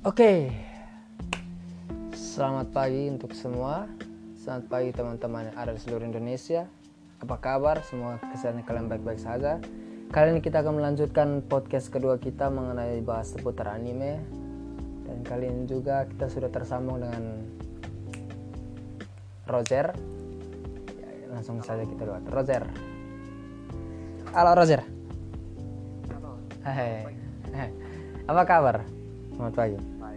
Oke, selamat pagi untuk semua. Selamat pagi teman-teman yang ada di seluruh Indonesia. Apa kabar? Semua kesannya kalian baik-baik saja. Kali ini kita akan melanjutkan podcast kedua kita mengenai bahas seputar anime. Dan kali ini juga kita sudah tersambung dengan Roger. Ya, langsung saja kita lihat Roger. Halo Roger. Hai. Apa kabar? Selamat pagi.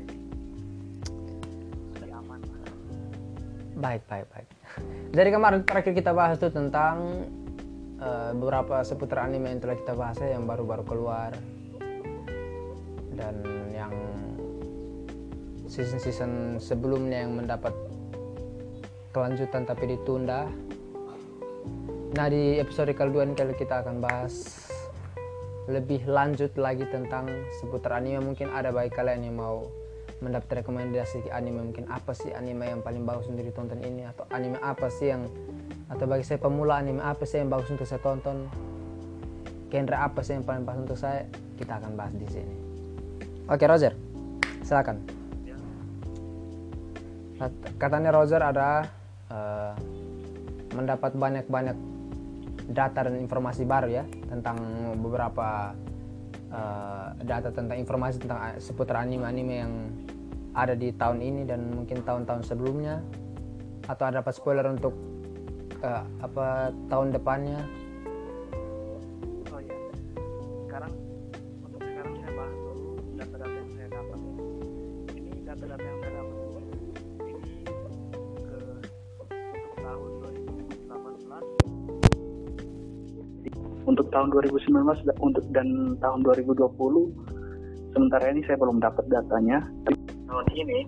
Baik. Dari kemarin terakhir kita bahas tuh tentang beberapa seputar anime yang telah kita bahas yang baru-baru keluar dan yang season sebelumnya yang mendapat kelanjutan tapi ditunda. Nah, di episode kedua ini kali kita akan bahas lebih lanjut lagi tentang seputar anime. Mungkin ada bagi kalian yang mau mendapat rekomendasi anime, mungkin apa sih anime yang paling bagus untuk ditonton ini, atau anime apa sih yang, atau bagi saya pemula anime apa sih yang bagus untuk saya tonton, genre apa sih yang paling pas untuk saya, kita akan bahas di sini. Oke Roger, silakan. Katanya Roger ada mendapat banyak data dan informasi baru ya tentang beberapa data tentang informasi tentang seputar anime-anime yang ada di tahun ini dan mungkin tahun-tahun sebelumnya, atau ada dapat spoiler untuk tahun depannya. Oh iya, untuk sekarang saya bahas dulu data-data yang saya dapat ya. Ini data-data yang saya dapat ini untuk tahun 2018, untuk tahun 2019 dan tahun 2020. Sementara ini saya belum dapat datanya. Tahun ini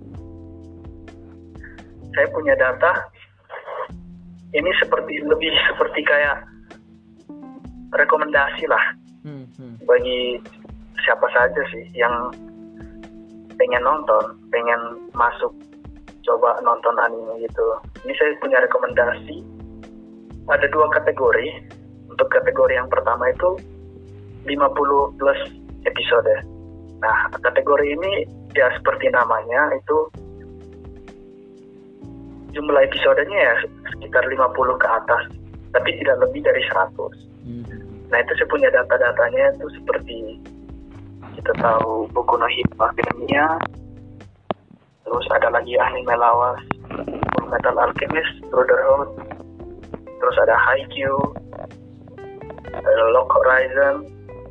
saya punya data. Ini lebih seperti kayak rekomendasi lah bagi siapa saja sih yang pengen masuk coba nonton anime gitu. Ini saya punya rekomendasi. Ada 2 kategori. Untuk kategori yang pertama itu 50 plus episode. Nah, kategori ini ya seperti namanya, itu jumlah episodenya ya sekitar 50 ke atas, tapi tidak lebih dari 100. Nah, itu saya punya data-datanya itu seperti kita tahu Boku no Hero Academia, terus ada lagi anime lawas Fullmetal Alchemist Brotherhood, terus ada Haikyuu, ada Lock Horizon,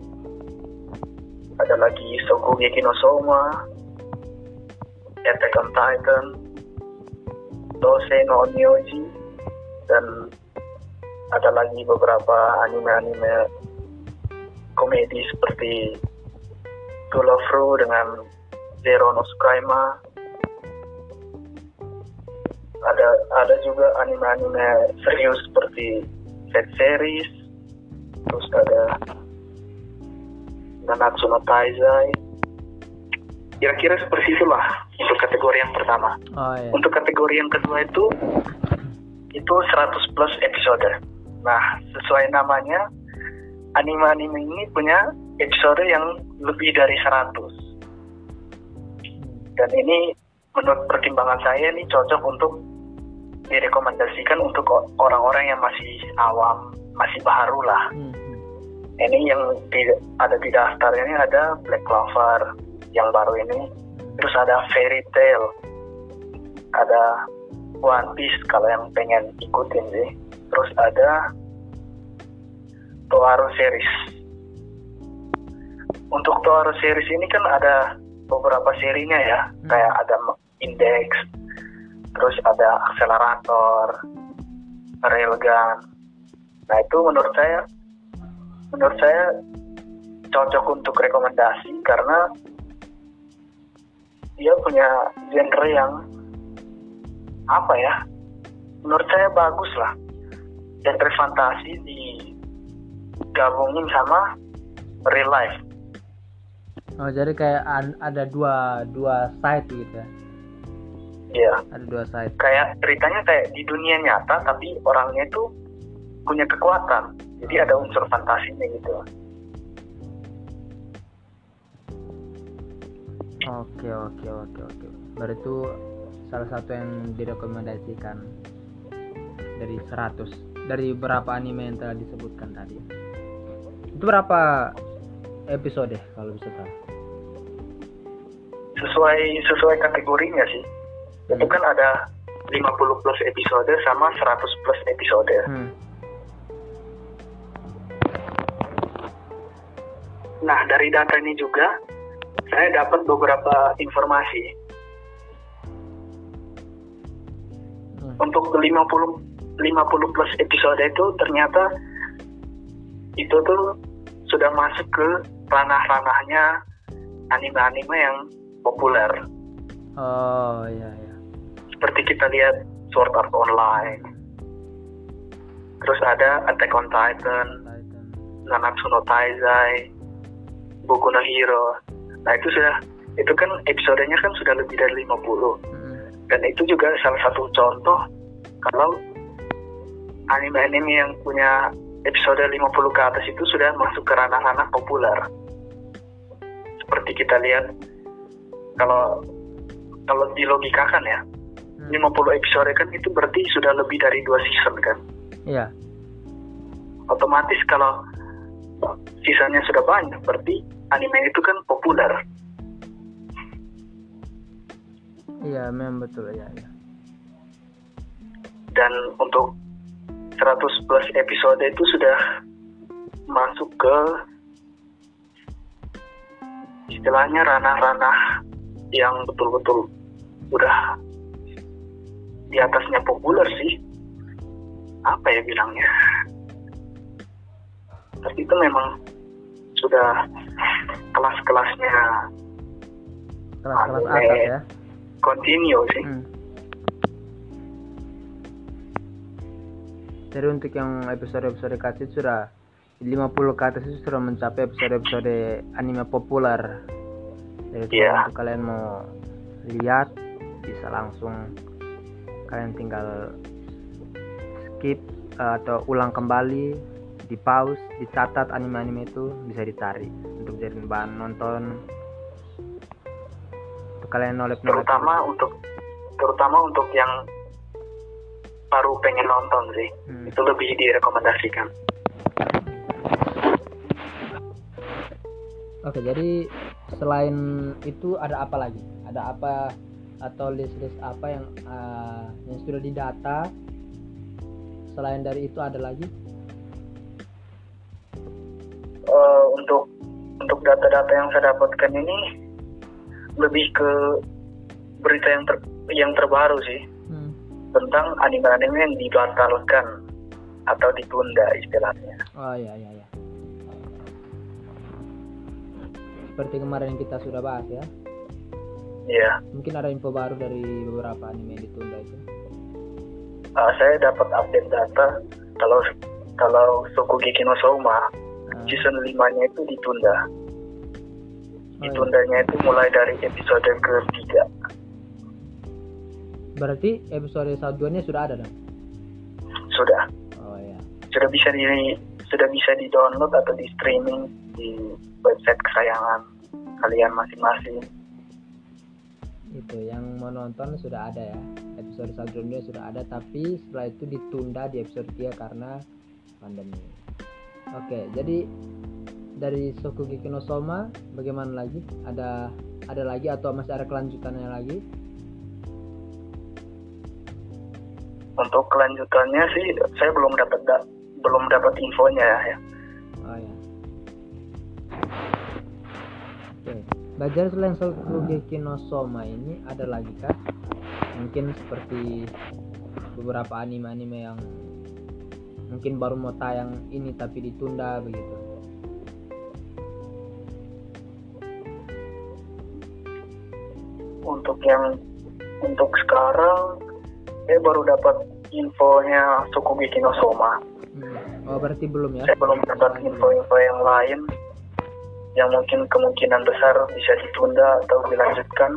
ada lagi Shokugeki no Soma, Attack on Titan, Dosei no Onmyoji, dan ada lagi beberapa anime-anime komedi seperti To Love Ru dengan Zero no Tsukaima. Ada juga anime-anime serius seperti Fate Series, terus ada Nanatsu no Taizai. Kira-kira seperti itulah untuk kategori yang pertama. Iya. Untuk kategori yang kedua itu 100 plus episode. Nah, sesuai namanya, anime-anime ini punya episode yang lebih dari 100. Dan ini menurut pertimbangan saya ini cocok untuk direkomendasikan untuk orang-orang yang masih awam, masih baru lah. Ini yang ada di daftar ini ada Black Clover yang baru ini, terus ada Fairy Tail, ada One Piece kalau yang pengen ikutin sih, terus ada Toaru series. Untuk Toaru series ini kan ada beberapa serinya ya, kayak ada Index, terus ada Accelerator, Railgun. Nah, itu menurut saya cocok untuk rekomendasi karena dia punya genre yang menurut saya bagus lah. Genre fantasi digabungin sama real life. Oh, jadi kayak ada dua side gitu ya? Iya. Ada 2 side. Kayak ceritanya kayak di dunia nyata tapi orangnya itu punya kekuatan. Jadi ada unsur fantasinya gitu. Oke. Berarti itu salah satu yang direkomendasikan dari 100, dari berapa anime yang telah disebutkan tadi. Itu berapa episode kalau bisa tahu? Sesuai kategorinya sih. Itu kan ada 50 plus episode sama 100 plus episode. Nah, dari data ini juga saya dapat beberapa informasi. Untuk 50 plus episode itu ternyata itu tuh sudah masuk ke ranah-ranahnya anime-anime yang populer. Oh iya. Seperti kita lihat Sword Art Online. Terus ada Attack on Titan, Nanatsu no Taizai, Boku no Hero. Nah, itu kan episodenya kan sudah lebih dari 50. Dan itu juga salah satu contoh kalau anime-anime yang punya episode 50 ke atas itu sudah masuk ke ranah-ranah populer. Seperti kita lihat kalau dilogikakan ya, 50 episode kan itu berarti sudah lebih dari 2 season kan? Iya. Otomatis kalau sisanya sudah banyak, berarti anime itu kan populer. Iya, memang betul ya. Dan untuk 100 plus episode itu sudah masuk ke istilahnya ranah-ranah yang betul-betul udah di atasnya populer sih. Apa ya bilangnya? Tapi itu memang sudah kelas-kelasnya atas ya. Continue sih. Jadi untuk yang episode-episode ke atas itu sudah 50 ke atas itu sudah mencapai episode-episode anime populer. Jadi kalau kalian mau lihat bisa langsung kalian tinggal skip atau ulang kembali, di pause, dicatat anime-anime itu bisa dicari untuk jadi bahan nonton. Untuk kalian nolep terutama untuk yang baru pengen nonton sih, itu lebih direkomendasikan. Oke, jadi selain itu ada apa lagi? Ada apa atau list apa yang sudah didata? Selain dari itu ada lagi? Untuk data-data yang saya dapatkan ini lebih ke berita yang terbaru sih, tentang anime-anime yang dibatalkan atau ditunda istilahnya. Oh iya. Seperti kemarin yang kita sudah bahas ya. Iya. Mungkin ada info baru dari beberapa anime yang ditunda itu. Saya dapat update data kalau Shokugeki no Souma season 5-nya itu ditunda. Ditundanya itu mulai dari episode ke-3. Berarti episode 1-2-nya sudah ada dong? Sudah. Oh iya. Sudah bisa di-download atau di-streaming di website kesayangan kalian masing-masing. Itu yang mau nonton sudah ada ya. Episode 1-2 sudah ada, tapi setelah itu ditunda di episode 3 karena pandemi. Oke, jadi dari Shokugeki no Soma bagaimana lagi? Ada lagi atau masih ada kelanjutannya lagi? Untuk kelanjutannya sih saya belum dapat infonya ya. Oh ya. Oke. Belajar selain Shokugeki no Soma ini ada lagi kah? Mungkin seperti beberapa anime-anime yang mungkin baru mau tayang ini tapi ditunda begitu. Untuk sekarang saya baru dapat infonya Shokugeki no Soma. Oh, berarti belum ya? Saya belum dapat info-info yang lain yang mungkin kemungkinan besar bisa ditunda atau dilanjutkan.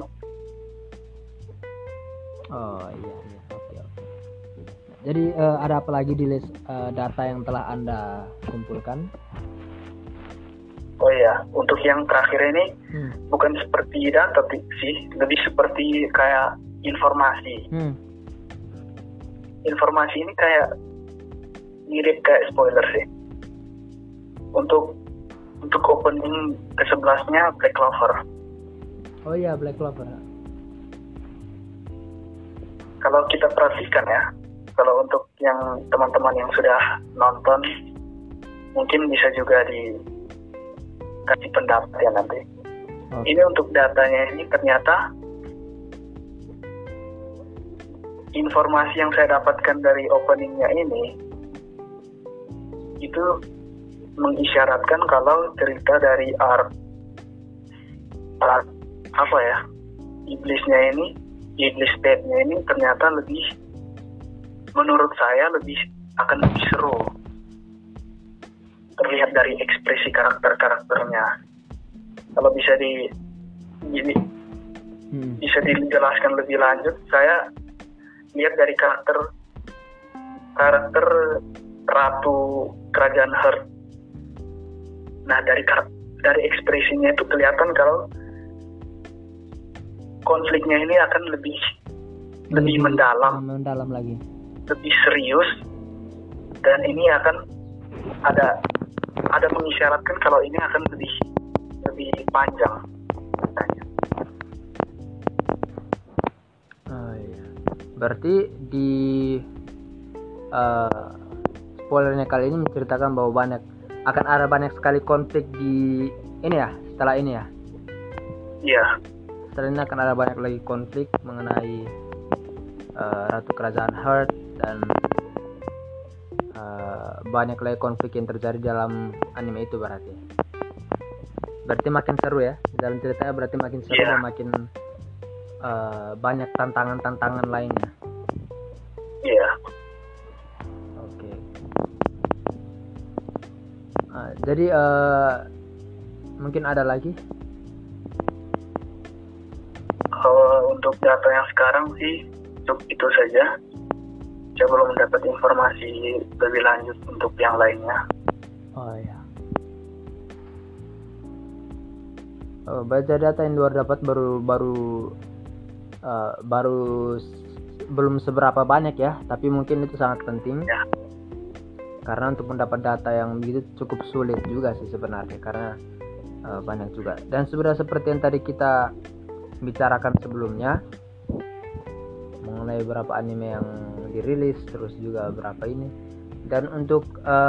Oh iya. Oke. Jadi ada apa lagi di list data yang telah Anda kumpulkan? Oh iya, untuk yang terakhir ini bukan seperti data sih, lebih seperti kayak informasi. Informasi ini kayak mirip kayak spoiler sih. Untuk opening ke-11-nya Black Clover. Oh iya, Black Clover. Kalau kita perhatikan ya, kalau untuk yang teman-teman yang sudah nonton, mungkin bisa juga dikasih pendapat ya nanti. Okay. Ini untuk datanya ini ternyata informasi yang saya dapatkan dari openingnya ini itu mengisyaratkan kalau cerita dari iblis state-nya ini ternyata lebih, menurut saya akan lebih seru. Terlihat dari ekspresi karakternya. Kalau bisa bisa dijelaskan lebih lanjut, saya lihat dari karakter Ratu Kerajaan Heart. Nah, dari ekspresinya itu kelihatan kalau konfliknya ini akan lebih mendalam lagi, lebih serius, dan ini akan ada mengisyaratkan kalau ini akan lebih panjang ceritanya. Oh iya. Berarti di spoilernya kali ini menceritakan bahwa akan ada banyak sekali konflik di ini ya, setelah ini ya. Iya. Setelah ini akan ada banyak lagi konflik mengenai Ratu Kerajaan Heart, dan banyak lagi konflik yang terjadi dalam anime itu berarti. Berarti makin seru ya, dalam ceritanya berarti makin seru dan makin banyak tantangan lainnya. Iya. Oke. Jadi mungkin ada lagi? Untuk data yang sekarang sih cukup itu saja. Saya belum mendapat informasi lebih lanjut untuk yang lainnya. Oh ya. Baca data yang luar dapat baru belum seberapa banyak ya, tapi mungkin itu sangat penting. Ya. Karena untuk mendapat data yang begitu cukup sulit juga sih sebenarnya, karena banyak juga. Dan sebenarnya seperti yang tadi kita bicarakan sebelumnya mengenai beberapa anime yang dirilis, terus juga berapa ini. Dan untuk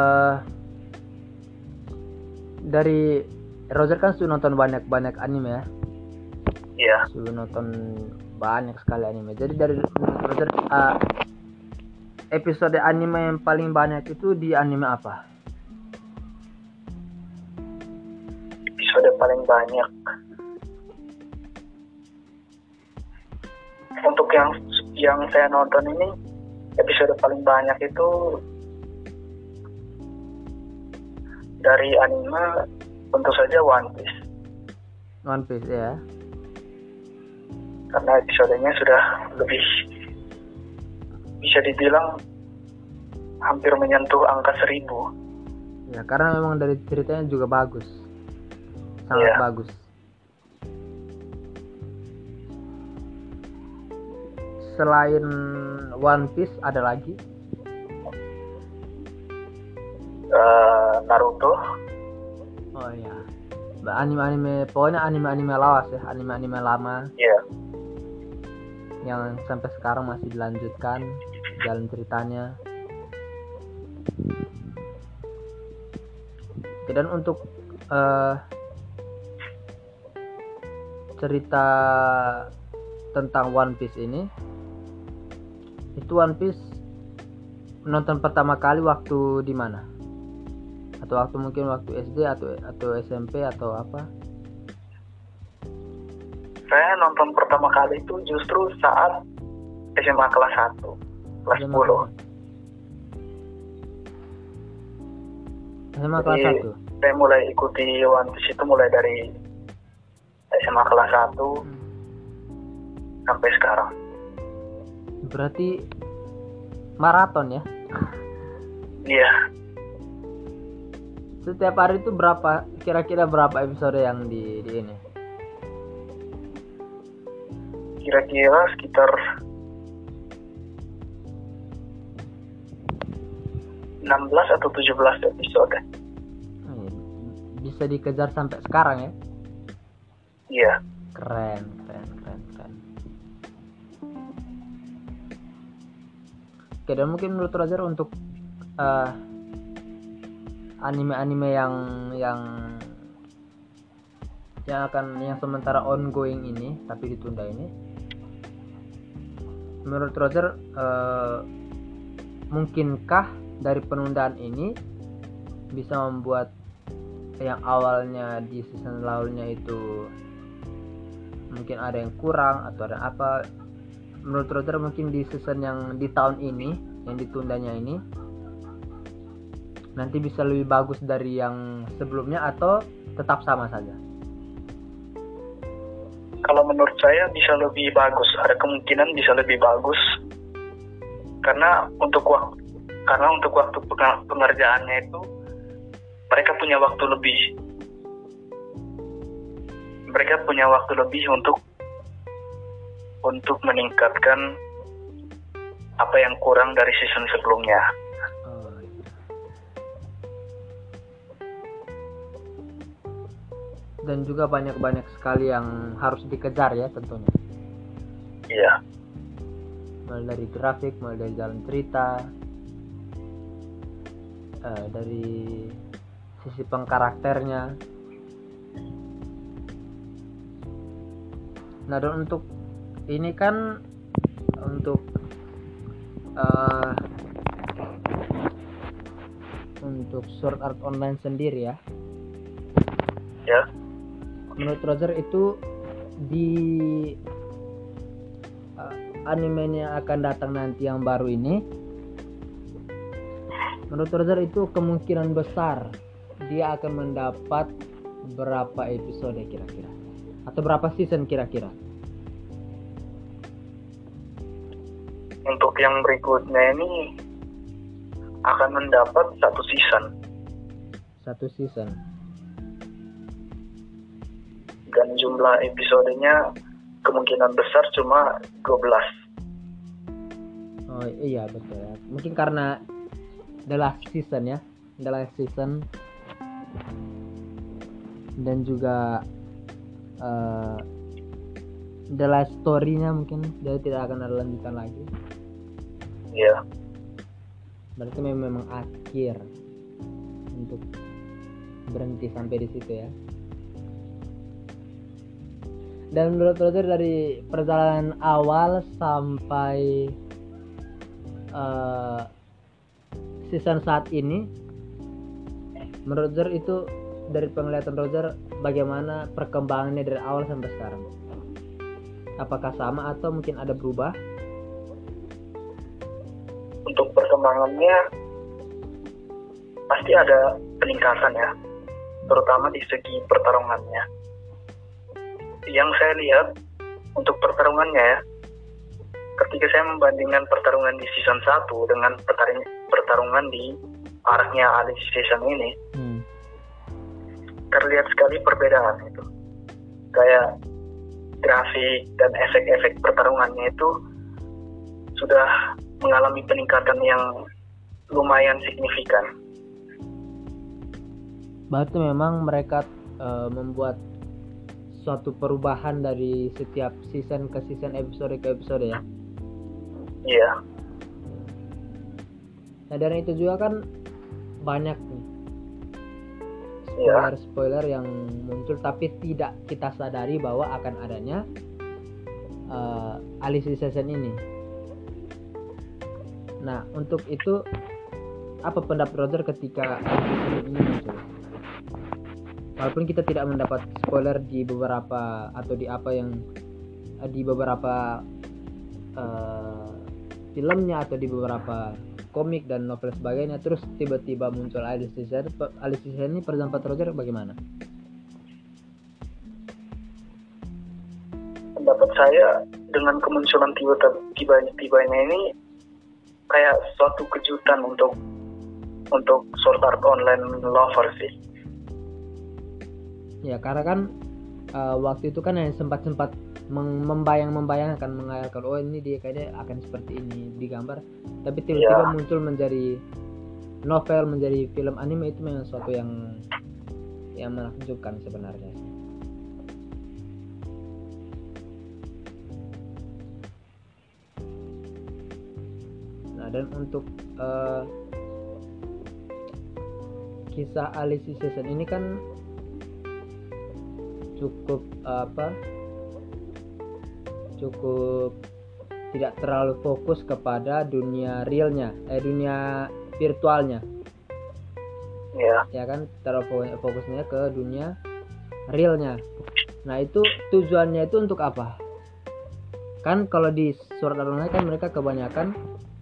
dari Roger kan sudah nonton banyak anime ya. Iya. Sudah nonton banyak sekali anime. Jadi dari Roger episode anime yang paling banyak itu di anime apa? Episode paling banyak. Untuk yang saya nonton ini, episode paling banyak itu dari anime tentu saja One Piece. One Piece ya. Karena episodenya sudah lebih, bisa dibilang hampir menyentuh angka 1000. Ya, karena memang dari ceritanya juga bagus. Sangat bagus. Selain One Piece ada lagi? Naruto. Oh iya. Anime pokoknya anime lawas ya, anime lama. Iya. Yang sampai sekarang masih dilanjutkan jalan ceritanya. Dan untuk cerita tentang One Piece ini, itu One Piece nonton pertama kali waktu di mana? Atau mungkin waktu SD atau SMP atau apa? Saya nonton pertama kali itu justru saat SMA kelas 1, kelas 10. SMA kelas 1? Saya mulai ikuti One Piece itu mulai dari SMA kelas 1 sampai sekarang. Berarti maraton ya? Iya. Setiap hari itu kira-kira berapa episode yang di ini? Kira-kira sekitar 16 atau 17 episode. Bisa dikejar sampai sekarang ya? Iya. Keren. Oke, dan mungkin menurut Roger untuk anime-anime yang sementara ongoing ini tapi ditunda ini, menurut Roger mungkinkah dari penundaan ini bisa membuat yang awalnya di season lalunya itu mungkin ada yang kurang atau ada apa? Menurut Roger mungkin di season yang di tahun ini yang ditundanya ini nanti bisa lebih bagus dari yang sebelumnya atau tetap sama saja? Kalau menurut saya bisa lebih bagus, ada kemungkinan bisa lebih bagus karena untuk waktu pengerjaannya itu mereka punya waktu lebih untuk meningkatkan apa yang kurang dari season sebelumnya. Dan juga banyak sekali yang harus dikejar ya tentunya. Iya. Mulai dari grafik, mulai dari jalan cerita, dari sisi pengkarakternya. Nah, dan untuk ini kan untuk Sword Art Online sendiri ya. Ya. Menurut Roger itu di animenya akan datang nanti yang baru ini, menurut Roger itu kemungkinan besar dia akan mendapat berapa episode kira-kira atau berapa season kira-kira? Untuk yang berikutnya ini akan mendapat satu season. Dan jumlah episodenya kemungkinan besar cuma 12. Oh iya betul ya. Mungkin karena the last season dan juga the last story-nya mungkin dia tidak akan ada lanjutan lagi. Iya. Berarti memang akhir untuk berhenti sampai di situ ya. Dan menurut Roger dari perjalanan awal sampai season saat ini, menurut Roger itu dari penglihatan Roger bagaimana perkembangannya dari awal sampai sekarang? Apakah sama atau mungkin ada berubah? Untuk perkembangannya pasti ada peningkatan ya, terutama di segi pertarungannya. Yang saya lihat untuk pertarungannya ya, ketika saya membandingkan pertarungan di season 1 dengan pertarungan di arahnya Alice season ini, terlihat sekali perbedaan itu. Kayak grafik dan efek-efek pertarungannya itu sudah mengalami peningkatan yang lumayan signifikan. Berarti memang mereka membuat suatu perubahan dari setiap season ke season, episode ke episode ya. Iya. Nah, dan itu juga kan banyak nih spoiler yang muncul tapi tidak kita sadari bahwa akan adanya Alice season ini. Nah, untuk itu apa pendapat Roger ketika Alice ini muncul? Walaupun kita tidak mendapat spoiler di beberapa atau di beberapa filmnya atau di beberapa komik dan novel sebagainya, terus tiba-tiba muncul Alice season ini, pendapat Roger bagaimana? Pendapat saya dengan kemunculan tiba-tibanya ini kayak suatu kejutan untuk untuk Sword Art Online lover sih. Ya karena kan waktu itu kan yang sempat membayangkan mengayalkan, oh ini dia kayaknya akan seperti ini di gambar, tapi tiba-tiba muncul menjadi novel, menjadi film anime. Itu memang sesuatu yang menakjubkan sebenarnya. Nah, dan untuk kisah Alice Season ini kan cukup tidak terlalu fokus kepada dunia realnya, dunia virtualnya. Ya kan, terlalu fokusnya ke dunia realnya. Nah, itu tujuannya itu untuk apa? Kan kalau di Sword Art Online kan mereka kebanyakan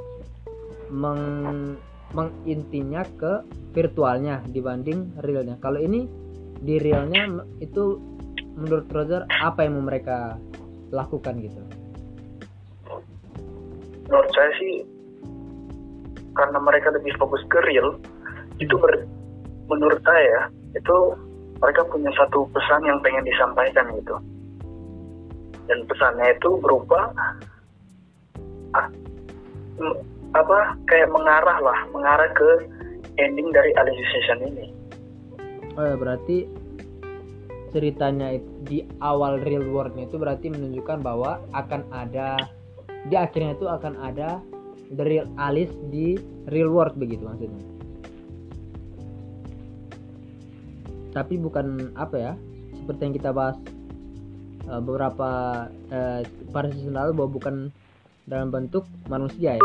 mengintinya ke virtualnya dibanding realnya. Kalau ini di realnya itu menurut Roger apa yang mau mereka lakukan gitu? Menurut saya sih karena mereka lebih fokus ke real, itu menurut saya itu mereka punya satu pesan yang pengen disampaikan gitu. Dan pesannya itu berupa kayak mengarah ke ending dari Alice Season ini. Oh ya, berarti ceritanya di awal real world-nya itu berarti menunjukkan bahwa akan ada, di akhirnya itu akan ada the real Alice di real world, begitu maksudnya. Tapi bukan seperti yang kita bahas beberapa pada season lalu, bahwa bukan dalam bentuk manusia ya.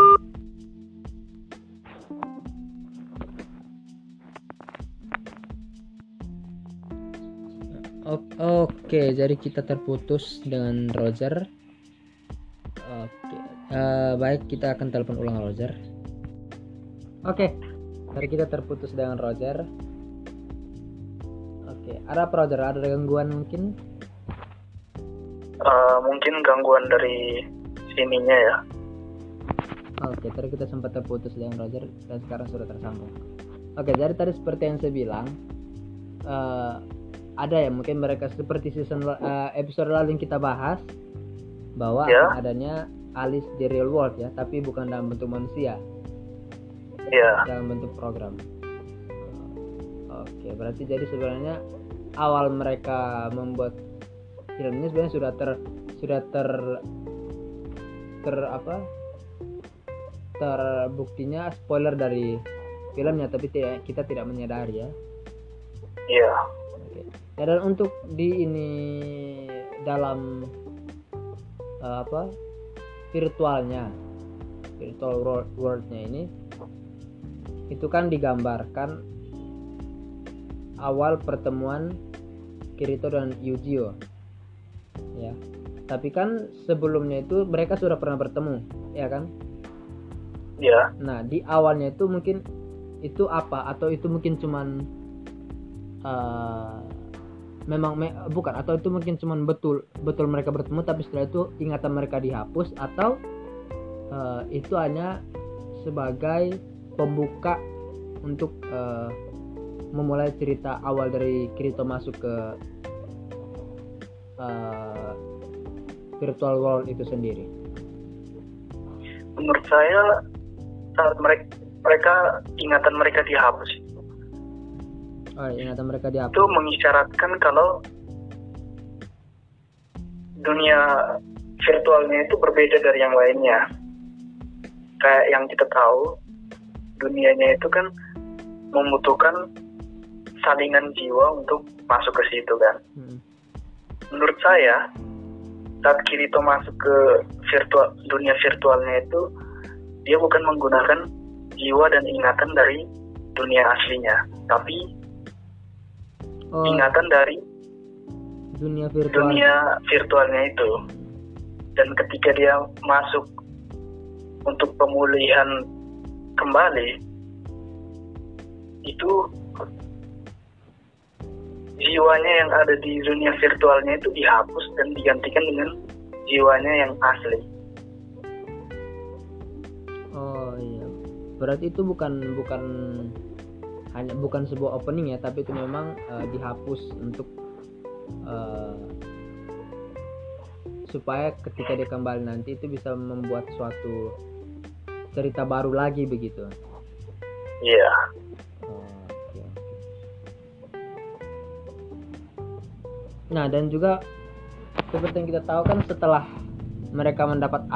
Oke, jadi kita terputus dengan Roger. Oke, baik, kita akan telepon ulang Roger. Oke, jadi kita terputus dengan Roger. Oke, ada apa Roger? Ada gangguan mungkin? Mungkin gangguan dari sininya ya. Oke, tadi kita sempat terputus dengan Roger dan sekarang sudah tersambung. Oke, jadi tadi seperti yang saya bilang, ada ya mungkin mereka seperti episode lalu yang kita bahas bahwa akan adanya Alice di real world ya, tapi bukan dalam bentuk manusia. Dalam bentuk program. Oke, berarti jadi sebenarnya awal mereka membuat film ini sebenarnya sudah terbuktinya spoiler dari filmnya, tapi kita tidak menyadari ya. Oke. Ya, dan untuk di ini dalam virtual worldnya ini, itu kan digambarkan awal pertemuan Kirito dan Yujiro ya. Tapi kan sebelumnya itu mereka sudah pernah bertemu, ya kan? Iya. Nah, di awalnya itu mungkin itu apa, atau itu mungkin cuman bukan, atau itu mungkin cuman betul mereka bertemu tapi setelah itu ingatan mereka dihapus, atau itu hanya sebagai pembuka untuk memulai cerita awal dari Kirito masuk ke virtual world itu sendiri. Menurut saya saat mereka ingatan mereka dihapus, ingatan mereka dihapus, itu mengisyaratkan kalau dunia virtualnya itu berbeda dari yang lainnya. Kayak yang kita tahu, dunianya itu kan membutuhkan salingan jiwa untuk masuk ke situ kan. Menurut saya saat Kirito masuk ke dunia virtualnya itu, dia bukan menggunakan jiwa dan ingatan dari dunia aslinya, tapi ingatan dari dunia virtualnya itu. Dan ketika dia masuk untuk pemulihan kembali, itu jiwanya yang ada di dunia virtualnya itu dihapus dan digantikan dengan jiwanya yang asli. Oh iya, berarti itu bukan hanya bukan sebuah opening ya, tapi itu memang dihapus untuk supaya ketika dia kembali nanti itu bisa membuat suatu cerita baru lagi begitu. Iya. Oke. Nah, dan juga seperti yang kita tahu kan, setelah mereka mendapatkan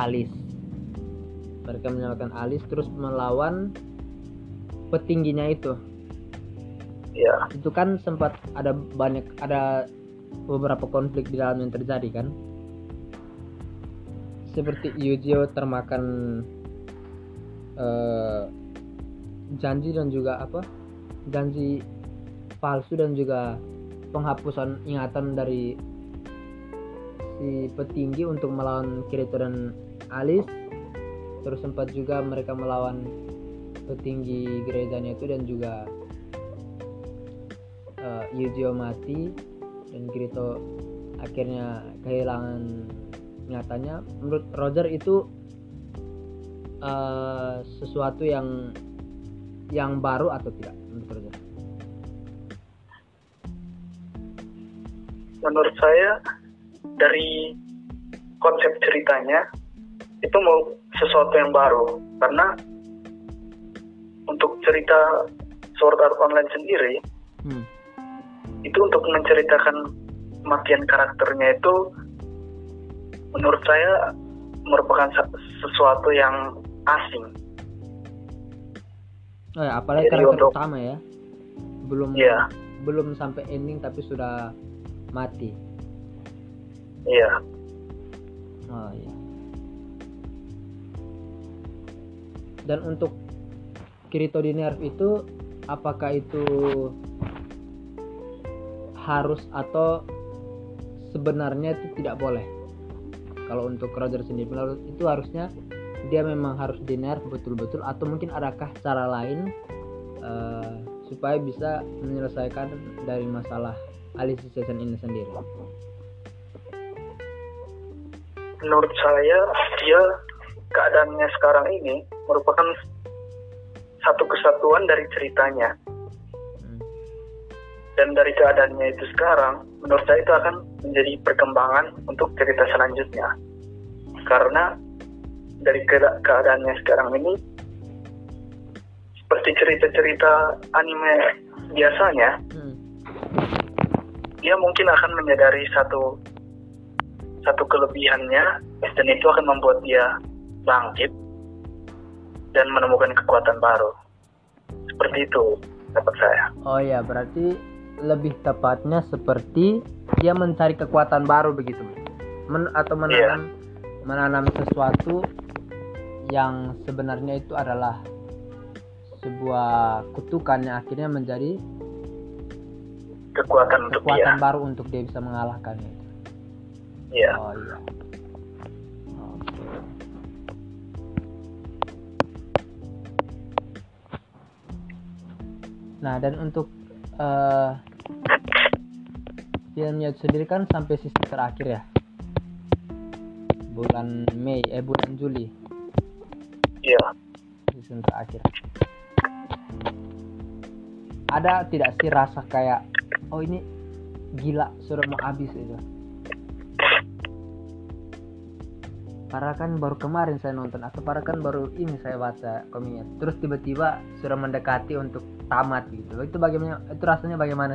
alis terus melawan petingginya itu. Iya. Itu kan sempat ada beberapa konflik di dalam yang terjadi kan. Seperti Yujiro termakan janji dan juga janji palsu dan juga penghapusan ingatan dari si petinggi untuk melawan Kirito dan Alice. Terus sempat juga mereka melawan petinggi gerejanya itu dan juga Yujiro mati dan Kirito akhirnya kehilangan ingatannya. Menurut Roger itu sesuatu yang baru atau tidak menurut Roger? Menurut saya dari konsep ceritanya itu mau sesuatu yang baru, karena untuk cerita Sword Art Online sendiri itu untuk menceritakan kematian karakternya itu menurut saya merupakan sesuatu yang asing. Apalagi jadi karakter utama ya, belum sampai ending tapi sudah mati. Iya. Oh iya. Dan untuk Kirito di nerf itu, apakah itu harus atau sebenarnya itu tidak boleh? Kalau untuk Roger sendiri, menurut itu harusnya dia memang harus di nerf betul-betul, atau mungkin adakah cara lain supaya bisa menyelesaikan dari masalah alicization ini sendiri? Menurut saya dia keadaannya sekarang ini merupakan satu kesatuan dari ceritanya. Dan dari keadaannya itu sekarang, menurut saya itu akan menjadi perkembangan untuk cerita selanjutnya. Karena dari keadaannya sekarang ini, seperti cerita-cerita anime biasanya, dia mungkin akan menyadari satu kelebihannya, dan itu akan membuat dia bangkit dan menemukan kekuatan baru. Seperti itu dapat saya. Oh ya, berarti lebih tepatnya seperti dia mencari kekuatan baru begitu, atau menanam sesuatu yang sebenarnya itu adalah sebuah kutukan yang akhirnya menjadi kekuatan baru untuk dia bisa mengalahkannya. Iya. Oh iya. Oke. Nah, dan untuk filmnya sendiri kan sampai sisi terakhir ya, bulan Juli. Iya. Season terakhir. Ada tidak sih rasa kayak, oh ini gila sudah mau habis itu? Padahal kan baru kemarin saya nonton, atau padahal kan baru ini saya baca komiknya, terus tiba-tiba sudah mendekati untuk tamat gitu. Itu bagaimana? Itu rasanya bagaimana?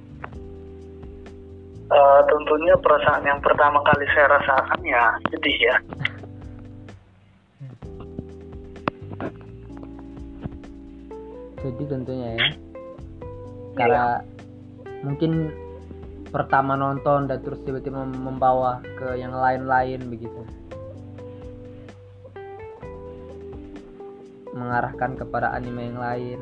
Tentunya perasaan yang pertama kali saya rasakan ya sedih ya. Sedih tentunya ya. Karena mungkin pertama nonton dan terus tiba-tiba membawa ke yang lain-lain begitu. Mengarahkan kepada anime yang lain.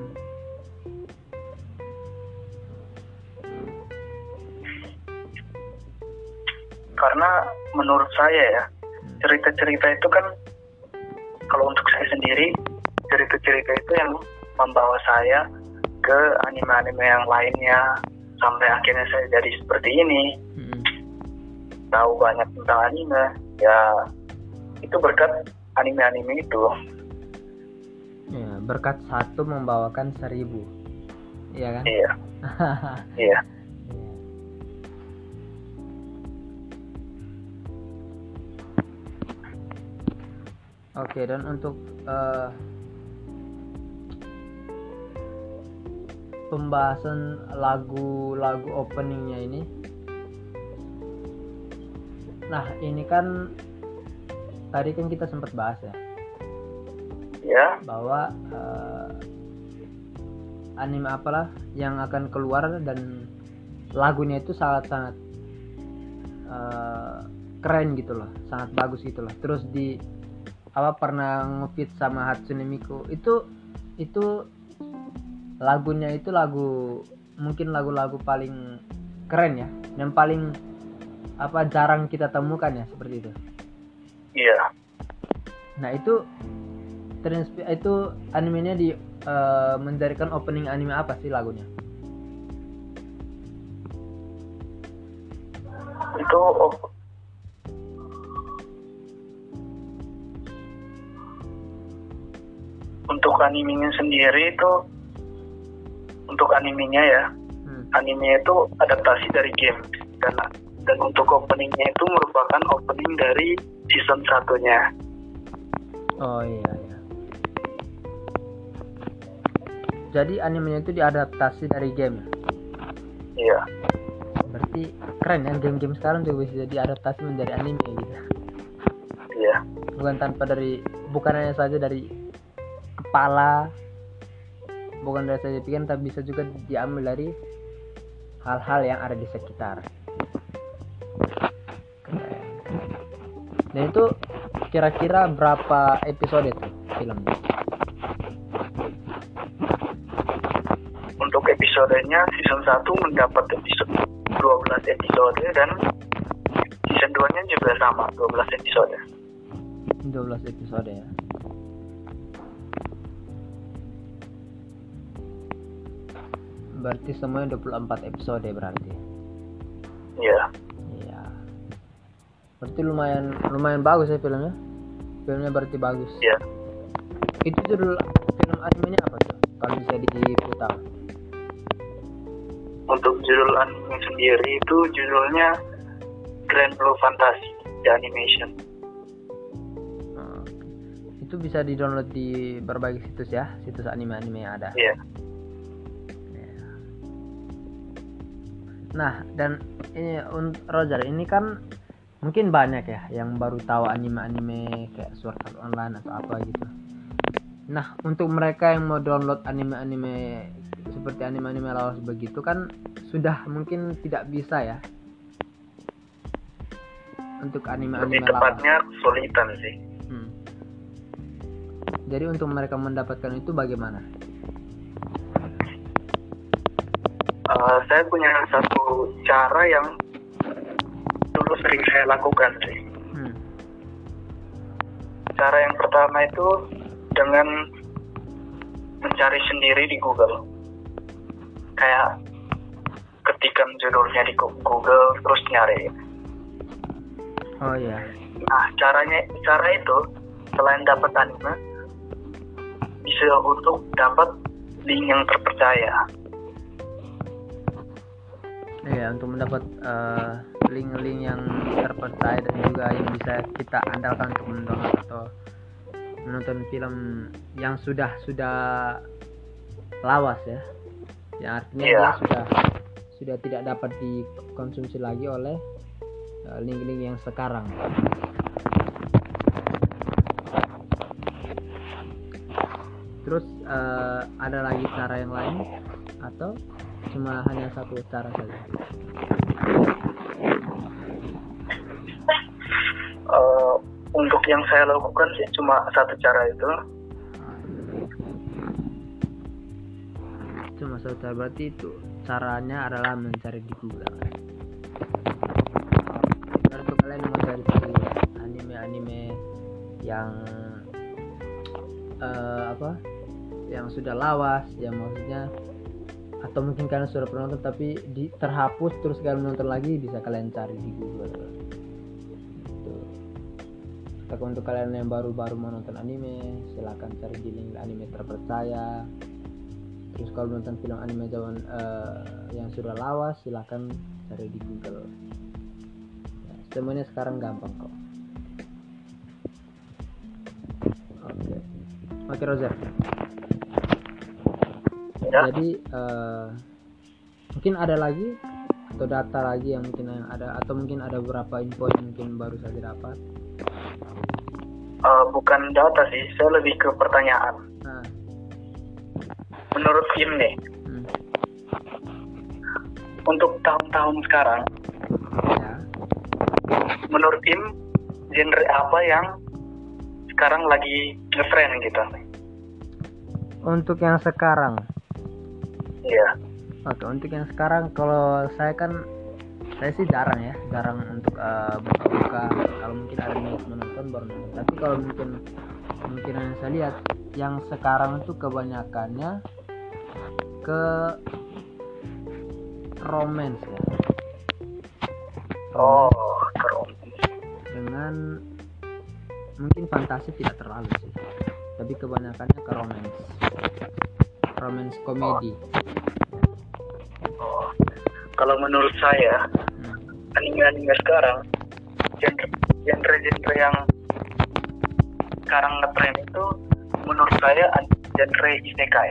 Karena menurut saya ya, cerita-cerita itu kan, kalau untuk saya sendiri, cerita-cerita itu yang membawa saya ke anime-anime yang lainnya, sampai akhirnya saya jadi seperti ini. Tahu banyak tentang anime, ya itu berkat anime-anime itu. Ya, berkat satu membawakan 1000. iya kan? Iya. Iya. Oke, dan untuk pembahasan lagu-lagu openingnya ini, nah ini kan tadi kan kita sempat bahas ya, Ya. bahwa anime apalah yang akan keluar dan lagunya itu sangat-sangat keren gitu loh, sangat bagus gitu loh. Terus di pernah ngefit sama Hatsune Miku itu lagunya itu mungkin lagu-lagu paling keren ya, yang paling jarang kita temukan ya, seperti itu. Iya. Nah itu animenya menjadikan opening anime apa sih lagunya? Itu untuk animenya sendiri itu, untuk animenya ya, animenya itu adaptasi dari game dan untuk openingnya itu merupakan opening dari season 1-nya. Oh iya. Jadi animenya itu diadaptasi dari game. Iya. Berarti keren ya, game-game sekarang juga bisa diadaptasi menjadi anime gitu. Iya. Bukan hanya saja dari kepala, bukan dari saja pikiran, tapi bisa juga diambil dari hal-hal yang ada di sekitar. Dan itu kira-kira berapa episode itu filmnya? Untuk episodenya season 1 mendapat 12 episode dan season 2-nya juga sama 12 episode. 12 episode ya. Berarti semuanya 24 episode berarti. Iya. Iya. Berarti lumayan bagus ya filmnya. Filmnya berarti bagus. Iya. Itu judul film animenya apa tuh? Kalau bisa diputar. Untuk judul anime sendiri itu judulnya Grand Blue Fantasy The Animation. Itu bisa di-download di berbagai situs ya, situs anime-anime yang ada. Iya. Nah, dan ini Roger, ini kan mungkin banyak ya yang baru tahu anime-anime kayak Sword Art Online atau apa gitu. Nah, untuk mereka yang mau download anime-anime seperti anime-anime lawas begitu kan sudah mungkin tidak bisa ya. Untuk anime-anime lebih tepatnya kesulitan sih. Jadi untuk mereka mendapatkan itu bagaimana? Saya punya satu cara yang dulu sering saya lakukan sih. Cara yang pertama itu dengan mencari sendiri di Google. Kayak ketikan judulnya di Google terus nyari. Oh iya. Nah, cara itu selain dapat anime, bisa untuk dapat link yang terpercaya. Iya, untuk mendapat link-link yang terpercaya dan juga yang bisa kita andalkan untuk menonton atau menonton film yang sudah lawas ya. Yang artinya dia sudah tidak dapat dikonsumsi lagi oleh link-link yang sekarang. Terus ada lagi cara yang lain atau cuma hanya satu cara saja? Untuk yang saya lakukan sih cuma satu cara itu. Cuma satu cara, berarti itu caranya adalah mencari di Google. Untuk kalian yang mencari anime-anime yang yang sudah lawas, yang maksudnya atau mungkin kalian sudah pernah nonton tapi terhapus terus kalian menonton lagi, bisa kalian cari di Google. Atau untuk kalian yang baru-baru menonton anime, silakan cari di link anime terpercaya. Terus kalau nonton film anime zaman yang sudah lawas, silahkan cari di Google. Ya, semuanya sekarang gampang kok. Oke Roger. Ya. Jadi mungkin ada lagi atau data lagi yang mungkin ada, atau mungkin ada beberapa info yang mungkin baru saja dapat. Bukan data sih, saya lebih ke pertanyaan. Menurut Im nih, untuk tahun-tahun sekarang, ya. Menurut Im, genre apa yang sekarang lagi ngetrend gitu? Untuk yang sekarang? Iya. Oke, untuk yang sekarang kalau saya sih jarang untuk buka-buka. Kalau mungkin ada niat menonton baru nonton. Tapi kalau mungkin yang saya lihat yang sekarang itu kebanyakannya ke romance ya. Ke romance. Dengan mungkin fantasi tidak terlalu sih. Tapi kebanyakannya ke romance komedi. Kalau menurut saya, anime sekarang, genre yang sekarang ngetrend itu, menurut saya genre isekai.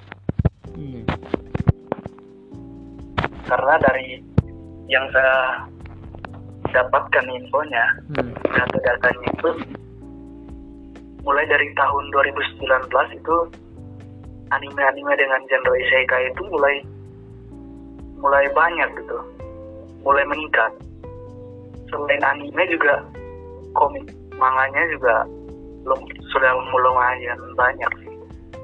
Karena dari yang saya dapatkan infonya, data-datanya itu, mulai dari tahun 2019 itu, anime-anime dengan genre isekai itu mulai banyak gitu, mulai meningkat. Selain anime juga komik manganya juga sudah lumayan banyak sih.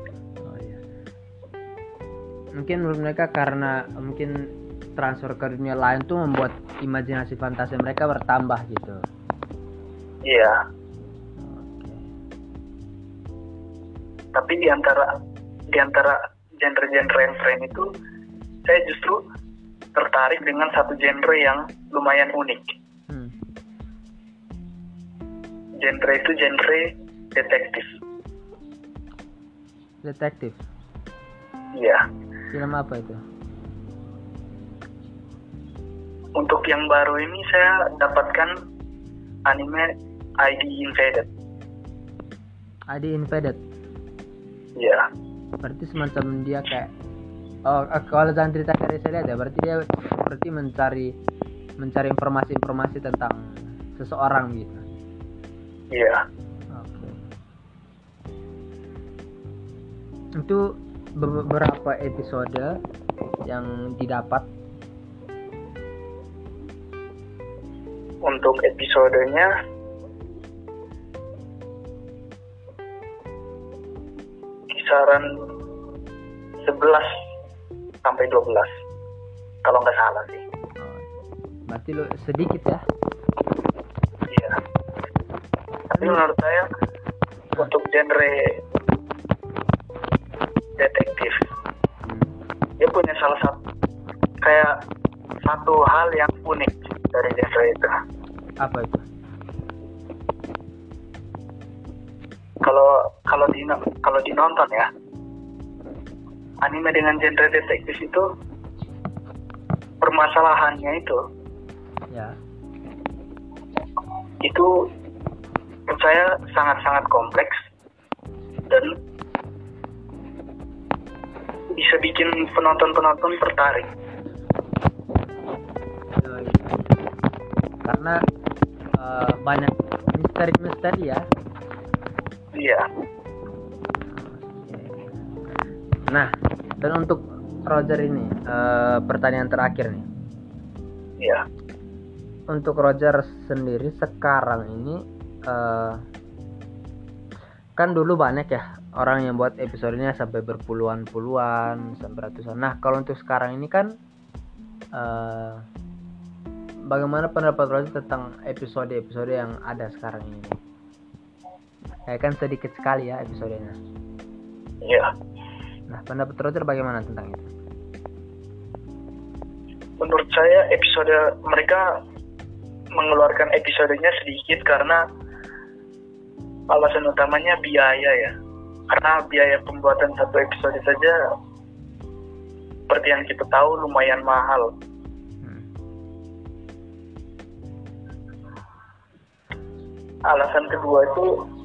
Mungkin menurut mereka karena mungkin transfer ke dunia lain tuh membuat imajinasi fantasi mereka bertambah gitu. Iya. Tapi di antara genre-genre yang tren itu, saya justru tertarik dengan satu genre yang lumayan unik. Genre itu genre detektif. Detektif? Iya. Film apa itu? Untuk yang baru ini saya dapatkan anime ID Invaded. ID Invaded? Iya. Berarti semacam dia kayak, kalau jangan cerita dari saya lihat ya, berarti dia mencari informasi tentang seseorang gitu. Iya. Oke. Itu beberapa episode yang didapat? Untuk episodenya kisaran 11 sampai 12 kalau nggak salah sih. Berarti lo sedikit ya? Iya. Tapi menurut saya untuk genre detektif, dia punya salah satu hal yang unik dari genre itu. Apa itu? Kalau dinonton ya, anime dengan genre detektif itu permasalahannya itu menurut saya sangat-sangat kompleks dan bisa bikin penonton tertarik. Karena banyak misteri ya. Iya. Nah, dan untuk Roger ini pertanyaan terakhir nih. Iya. Untuk Roger sendiri sekarang ini kan dulu banyak ya orang yang buat episodenya sampai berpuluhan-puluhan sampai ratusan. Nah, kalau untuk sekarang ini kan bagaimana pendapat Roger tentang episode-episode yang ada sekarang ini? Kayak kan sedikit sekali ya episodenya. Iya. Nah, pendapat Roger bagaimana tentang itu? Menurut saya mereka mengeluarkan episodenya sedikit karena alasan utamanya biaya ya. Karena biaya pembuatan satu episode saja seperti yang kita tahu lumayan mahal. Alasan kedua itu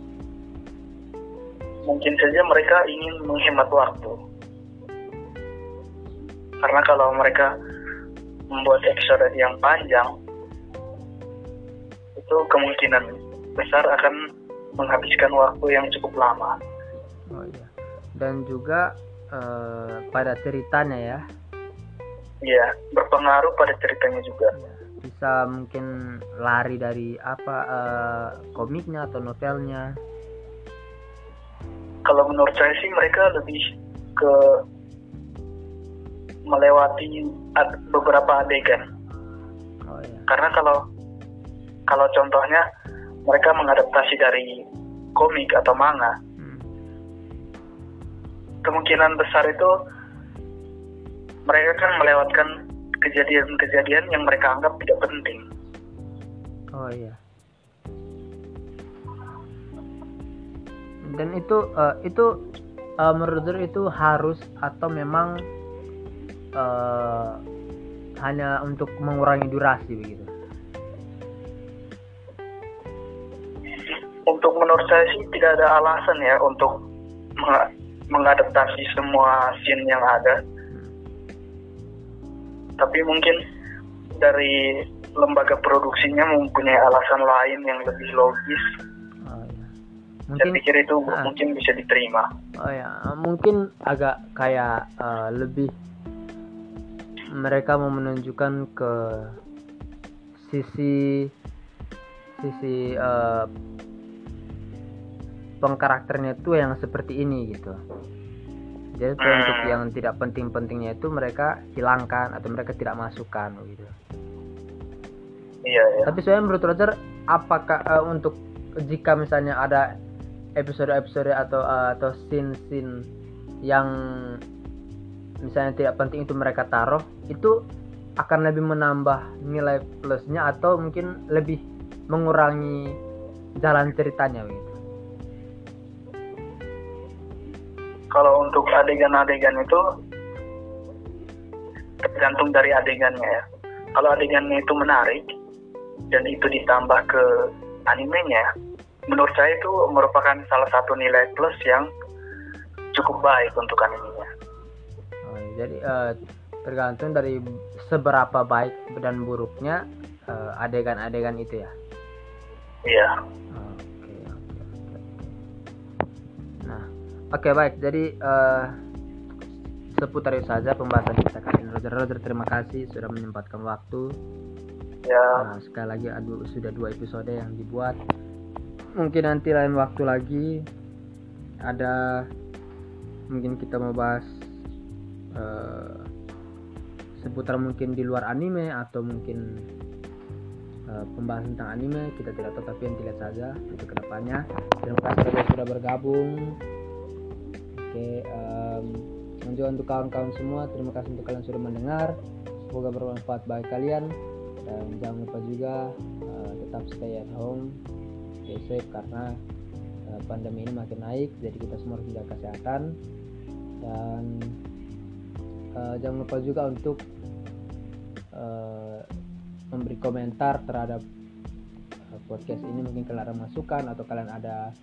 mungkin saja mereka ingin menghemat waktu. Karena kalau mereka membuat episode yang panjang, itu kemungkinan besar akan menghabiskan waktu yang cukup lama. Oh iya. Dan juga pada ceritanya ya. Iya, berpengaruh pada ceritanya juga. Bisa mungkin lari dari komiknya atau novelnya. Kalau menurut saya sih mereka lebih ke melewati beberapa adegan. Oh iya. Karena kalau contohnya mereka mengadaptasi dari komik atau manga, kemungkinan besar itu mereka kan melewatkan kejadian-kejadian yang mereka anggap tidak penting. Oh iya. Dan itu menurut itu harus atau memang hanya untuk mengurangi durasi begitu? Untuk menurut saya sih tidak ada alasan ya untuk mengadaptasi semua scene yang ada. Tapi mungkin dari lembaga produksinya mempunyai alasan lain yang lebih logis. Oh, iya. Saya pikir itu mungkin bisa diterima. Oh ya, mungkin agak kayak lebih mereka mau menunjukkan ke sisi pengkarakternya itu yang seperti ini gitu. Jadi untuk yang tidak penting-pentingnya itu mereka hilangkan atau mereka tidak masukkan gitu. Iya. Tapi sebenarnya menurut Roger, apakah untuk jika misalnya ada episode-episode atau scene-scene yang misalnya tidak penting itu mereka taruh, itu akan lebih menambah nilai plusnya atau mungkin lebih mengurangi jalan ceritanya gitu? Kalau untuk adegan-adegan itu tergantung dari adegannya ya. Kalau adegannya itu menarik dan itu ditambah ke animenya, menurut saya itu merupakan salah satu nilai plus yang cukup baik untuk animenya. Oh, jadi tergantung dari seberapa baik dan buruknya adegan-adegan itu ya. Iya. Oke, baik. Jadi seputar itu saja pembahasan kita kali ini. Roger, terima kasih sudah menyempatkan waktu. Ya. Sekali lagi sudah 2 episode yang dibuat. Mungkin nanti lain waktu lagi ada mungkin kita mau bahas seputar mungkin di luar anime atau mungkin pembahasan tentang anime, kita tidak tahu, tapi yang dilihat saja itu kedepannya. Terima kasih sudah bergabung. Oke, juga untuk kawan-kawan semua, terima kasih untuk kalian sudah mendengar. Semoga bermanfaat bagi kalian, dan jangan lupa juga tetap stay at home, stay safe, karena pandemi ini makin naik, jadi kita semua harus menjaga kesehatan. Dan jangan lupa juga untuk memberi komentar terhadap podcast ini. Mungkin kalian ada masukan atau kalian ada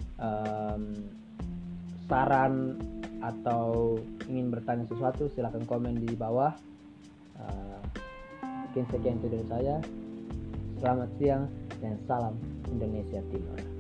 saran atau ingin bertanya sesuatu, silahkan komen di bawah. Mungkin sekian itu dari saya. Selamat siang dan salam Indonesia Timur.